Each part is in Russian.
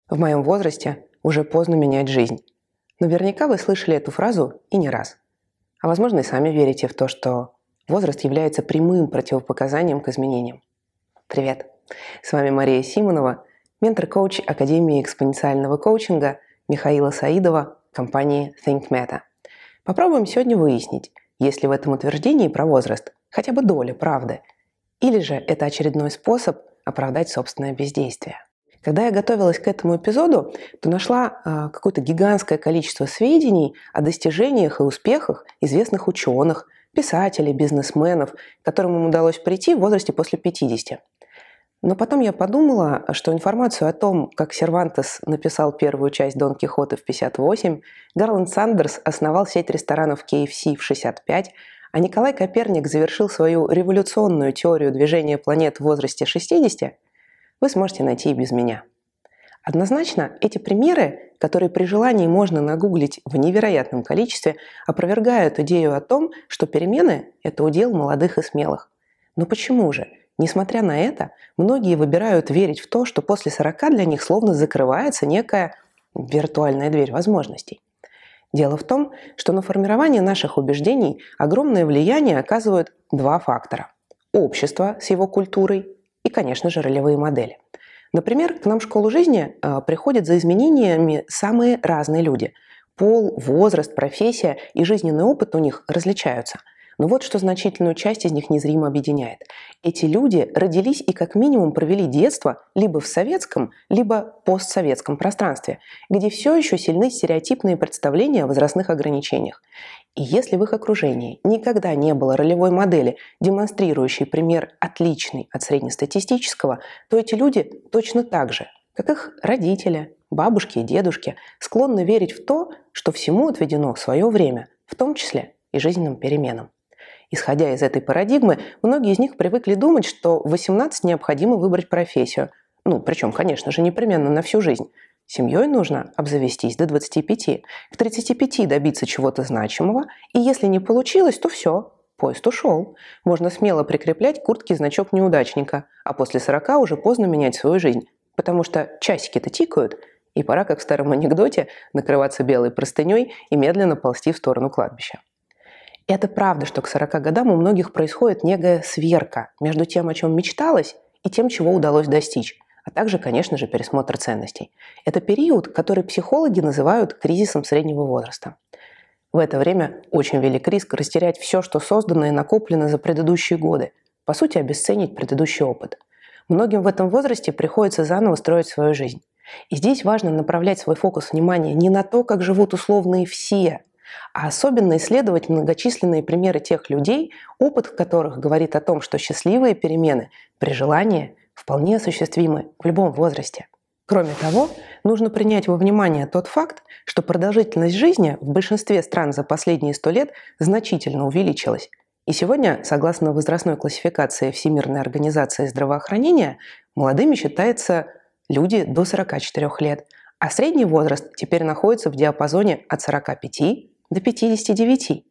В моем возрасте уже поздно менять жизнь. Наверняка вы слышали эту фразу и не раз. А возможно, и сами верите в то, что возраст является прямым противопоказанием к изменениям. Привет! С вами Мария Симонова, ментор-коуч Академии экспоненциального коучинга Михаила Саидова, компании ThinkMeta. Попробуем сегодня выяснить, есть ли в этом утверждении про возраст хотя бы доля правды, или же это очередной способ оправдать собственное бездействие. Когда я готовилась к этому эпизоду, то нашла какое-то гигантское количество сведений о достижениях и успехах известных ученых, писателей, бизнесменов, к которым им удалось прийти в возрасте после 50. Но потом я подумала, что информацию о том, как Сервантес написал первую часть Дон Кихота в 58, Гарланд Сандерс основал сеть ресторанов KFC в 65, а Николай Коперник завершил свою революционную теорию движения планет в возрасте 60, вы сможете найти и без меня. Однозначно, эти примеры, которые при желании можно нагуглить в невероятном количестве, опровергают идею о том, что перемены – это удел молодых и смелых. Но почему же? Несмотря на это, многие выбирают верить в то, что после 40 для них словно закрывается некая виртуальная дверь возможностей. Дело в том, что на формирование наших убеждений огромное влияние оказывают два фактора – общество с его культурой и, конечно же, ролевые модели. Например, к нам в школу жизни приходят за изменениями самые разные люди. Пол, возраст, профессия и жизненный опыт у них различаются. Но вот что значительную часть из них незримо объединяет. Эти люди родились и как минимум провели детство либо в советском, либо постсоветском пространстве, где все еще сильны стереотипные представления о возрастных ограничениях. И если в их окружении никогда не было ролевой модели, демонстрирующей пример отличный от среднестатистического, то эти люди точно так же, как их родители, бабушки и дедушки, склонны верить в то, что всему отведено свое время, в том числе и жизненным переменам. Исходя из этой парадигмы, многие из них привыкли думать, что в 18 необходимо выбрать профессию. Причем, конечно же, непременно на всю жизнь. Семьей нужно обзавестись до 25, к 35 добиться чего-то значимого, и если не получилось, то все, поезд ушел. Можно смело прикреплять к куртке значок неудачника, а после 40 уже поздно менять свою жизнь, потому что часики-то тикают, и пора, как в старом анекдоте, накрываться белой простыней и медленно ползти в сторону кладбища. Это правда, что к 40 годам у многих происходит некая сверка между тем, о чем мечталось, и тем, чего удалось достичь, а также, конечно же, пересмотр ценностей. Это период, который психологи называют кризисом среднего возраста. В это время очень велик риск растерять все, что создано и накоплено за предыдущие годы, по сути, обесценить предыдущий опыт. Многим в этом возрасте приходится заново строить свою жизнь. И здесь важно направлять свой фокус внимания не на то, как живут условные все, а особенно исследовать многочисленные примеры тех людей, опыт которых говорит о том, что счастливые перемены при желании вполне осуществимы в любом возрасте. Кроме того, нужно принять во внимание тот факт, что продолжительность жизни в большинстве стран за последние 100 лет значительно увеличилась. И сегодня, согласно возрастной классификации Всемирной организации здравоохранения, молодыми считаются люди до 44 лет, а средний возраст теперь находится в диапазоне от 45 до 59.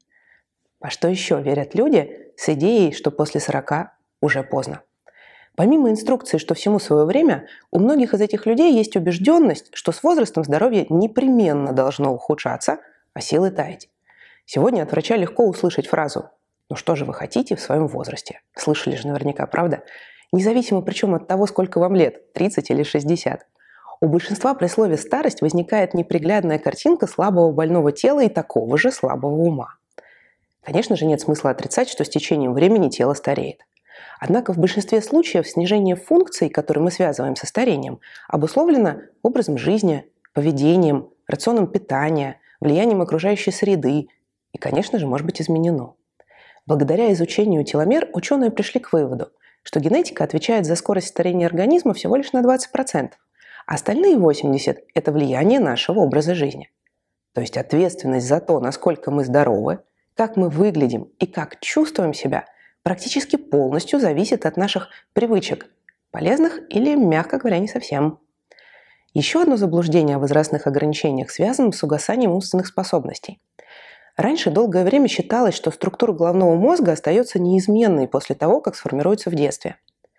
Во что еще верят люди с идеей, что после 40 уже поздно? Помимо инструкции, что всему свое время, у многих из этих людей есть убежденность, что с возрастом здоровье непременно должно ухудшаться, а силы таять. Сегодня от врача легко услышать фразу «Ну что же вы хотите в своем возрасте?» Слышали же наверняка, правда? Независимо причем от того, сколько вам лет, 30 или 60. У большинства при слове «старость» возникает неприглядная картинка слабого больного тела и такого же слабого ума. Конечно же, нет смысла отрицать, что с течением времени тело стареет. Однако в большинстве случаев снижение функций, которые мы связываем со старением, обусловлено образом жизни, поведением, рационом питания, влиянием окружающей среды и, конечно же, может быть изменено. Благодаря изучению теломер ученые пришли к выводу, что генетика отвечает за скорость старения организма всего лишь на 20%. А остальные 80% – это влияние нашего образа жизни. То есть ответственность за то, насколько мы здоровы, как мы выглядим и как чувствуем себя, практически полностью зависит от наших привычек, полезных или, мягко говоря, не совсем. Еще одно заблуждение о возрастных ограничениях связано с угасанием умственных способностей. Раньше долгое время считалось, что структура головного мозга остается неизменной после того, как сформируется в детстве.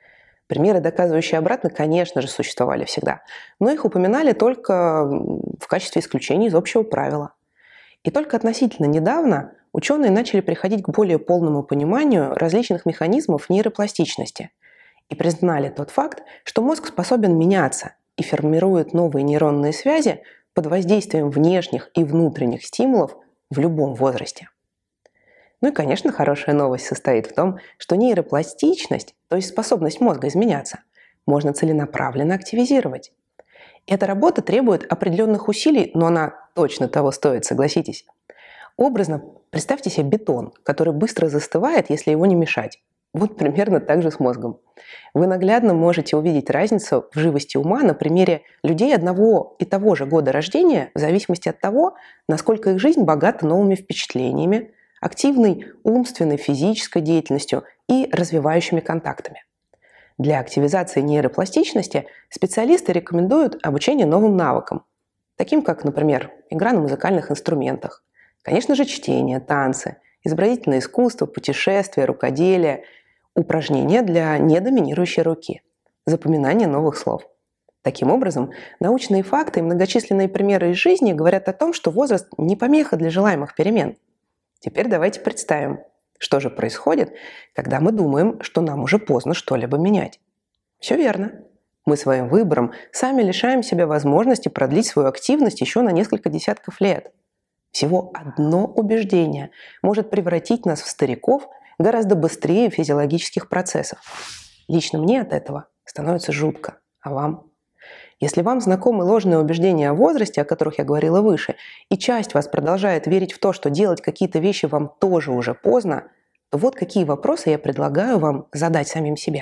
Примеры, доказывающие обратно, конечно же, существовали всегда, но их упоминали только в качестве исключения из общего правила. И только относительно недавно ученые начали приходить к более полному пониманию различных механизмов нейропластичности и признали тот факт, что мозг способен меняться и формирует новые нейронные связи под воздействием внешних и внутренних стимулов в любом возрасте. Ну и, конечно, хорошая новость состоит в том, что нейропластичность, то есть способность мозга изменяться, можно целенаправленно активизировать. Эта работа требует определенных усилий, но она точно того стоит, согласитесь. Образно представьте себе бетон, который быстро застывает, если его не мешать. Вот примерно так же с мозгом. Вы наглядно можете увидеть разницу в живости ума на примере людей одного и того же года рождения в зависимости от того, насколько их жизнь богата новыми впечатлениями, активной умственной, физической деятельностью и развивающими контактами. Для активизации нейропластичности специалисты рекомендуют обучение новым навыкам, таким как, например, игра на музыкальных инструментах, конечно же, чтение, танцы, изобразительное искусство, путешествия, рукоделие, упражнения для недоминирующей руки, запоминание новых слов. Таким образом, научные факты и многочисленные примеры из жизни говорят о том, что возраст не помеха для желаемых перемен. Теперь давайте представим, что же происходит, когда мы думаем, что нам уже поздно что-либо менять. Все верно. Мы своим выбором сами лишаем себя возможности продлить свою активность еще на несколько десятков лет. Всего одно убеждение может превратить нас в стариков гораздо быстрее физиологических процессов. Лично мне от этого становится жутко. А вам? Если вам знакомы ложные убеждения о возрасте, о которых я говорила выше, и часть вас продолжает верить в то, что делать какие-то вещи вам тоже уже поздно, то вот какие вопросы я предлагаю вам задать самим себе.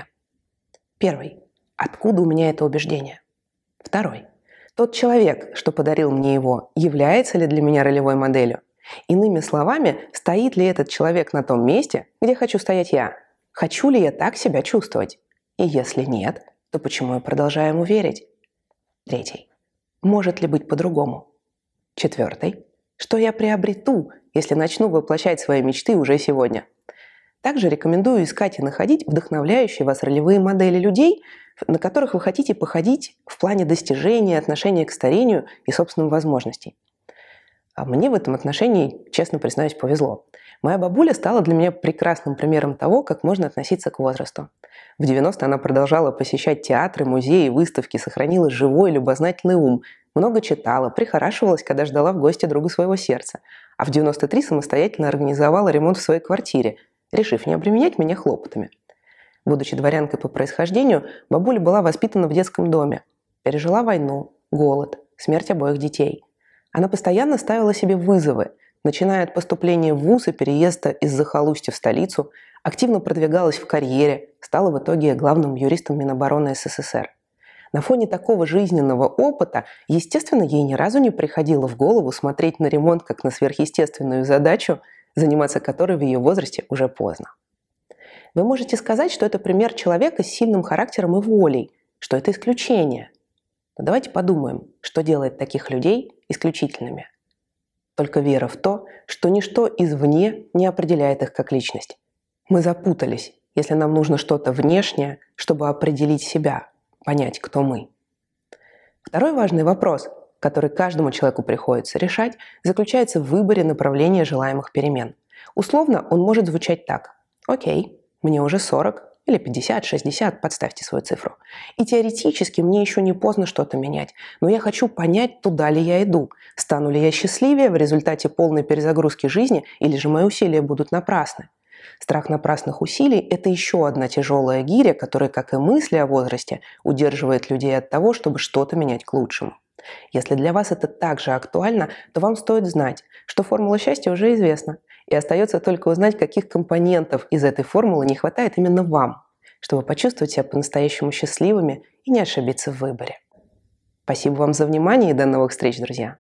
Первый. Откуда у меня это убеждение? Второй. Тот человек, что подарил мне его, является ли для меня ролевой моделью? Иными словами, стоит ли этот человек на том месте, где хочу стоять я? Хочу ли я так себя чувствовать? И если нет, то почему я продолжаю ему верить? Третий. Может ли быть по-другому? Четвертый. Что я приобрету, если начну воплощать свои мечты уже сегодня? Также рекомендую искать и находить вдохновляющие вас ролевые модели людей, на которых вы хотите походить в плане достижения, отношения к старению и собственным возможностей. А мне в этом отношении, честно признаюсь, повезло. Моя бабуля стала для меня прекрасным примером того, как можно относиться к возрасту. В 90-е она продолжала посещать театры, музеи, выставки, сохранила живой, любознательный ум, много читала, прихорашивалась, когда ждала в гости друга своего сердца. А в 93 самостоятельно организовала ремонт в своей квартире, решив не обременять меня хлопотами. Будучи дворянкой по происхождению, бабуля была воспитана в детском доме. Пережила войну, голод, смерть обоих детей. Она постоянно ставила себе вызовы, начиная от поступления в вуз и переезда из захолустья в столицу, активно продвигалась в карьере, стала в итоге главным юристом Минобороны СССР. На фоне такого жизненного опыта, естественно, ей ни разу не приходило в голову смотреть на ремонт как на сверхъестественную задачу, заниматься которой в ее возрасте уже поздно. Вы можете сказать, что это пример человека с сильным характером и волей, что это исключение. Но давайте подумаем, что делает таких людей исключительными. Только вера в то, что ничто извне не определяет их как личность. Мы запутались, если нам нужно что-то внешнее, чтобы определить себя, понять, кто мы. Второй важный вопрос, который каждому человеку приходится решать, заключается в выборе направления желаемых перемен. Условно он может звучать так. Окей, мне уже 40 или 50, 60, подставьте свою цифру. И теоретически мне еще не поздно что-то менять, но я хочу понять, туда ли я иду, стану ли я счастливее в результате полной перезагрузки жизни или же мои усилия будут напрасны. Страх напрасных усилий – это еще одна тяжелая гиря, которая, как и мысли о возрасте, удерживает людей от того, чтобы что-то менять к лучшему. Если для вас это также актуально, то вам стоит знать, что формула счастья уже известна, и остается только узнать, каких компонентов из этой формулы не хватает именно вам, чтобы почувствовать себя по-настоящему счастливыми и не ошибиться в выборе. Спасибо вам за внимание и до новых встреч, друзья!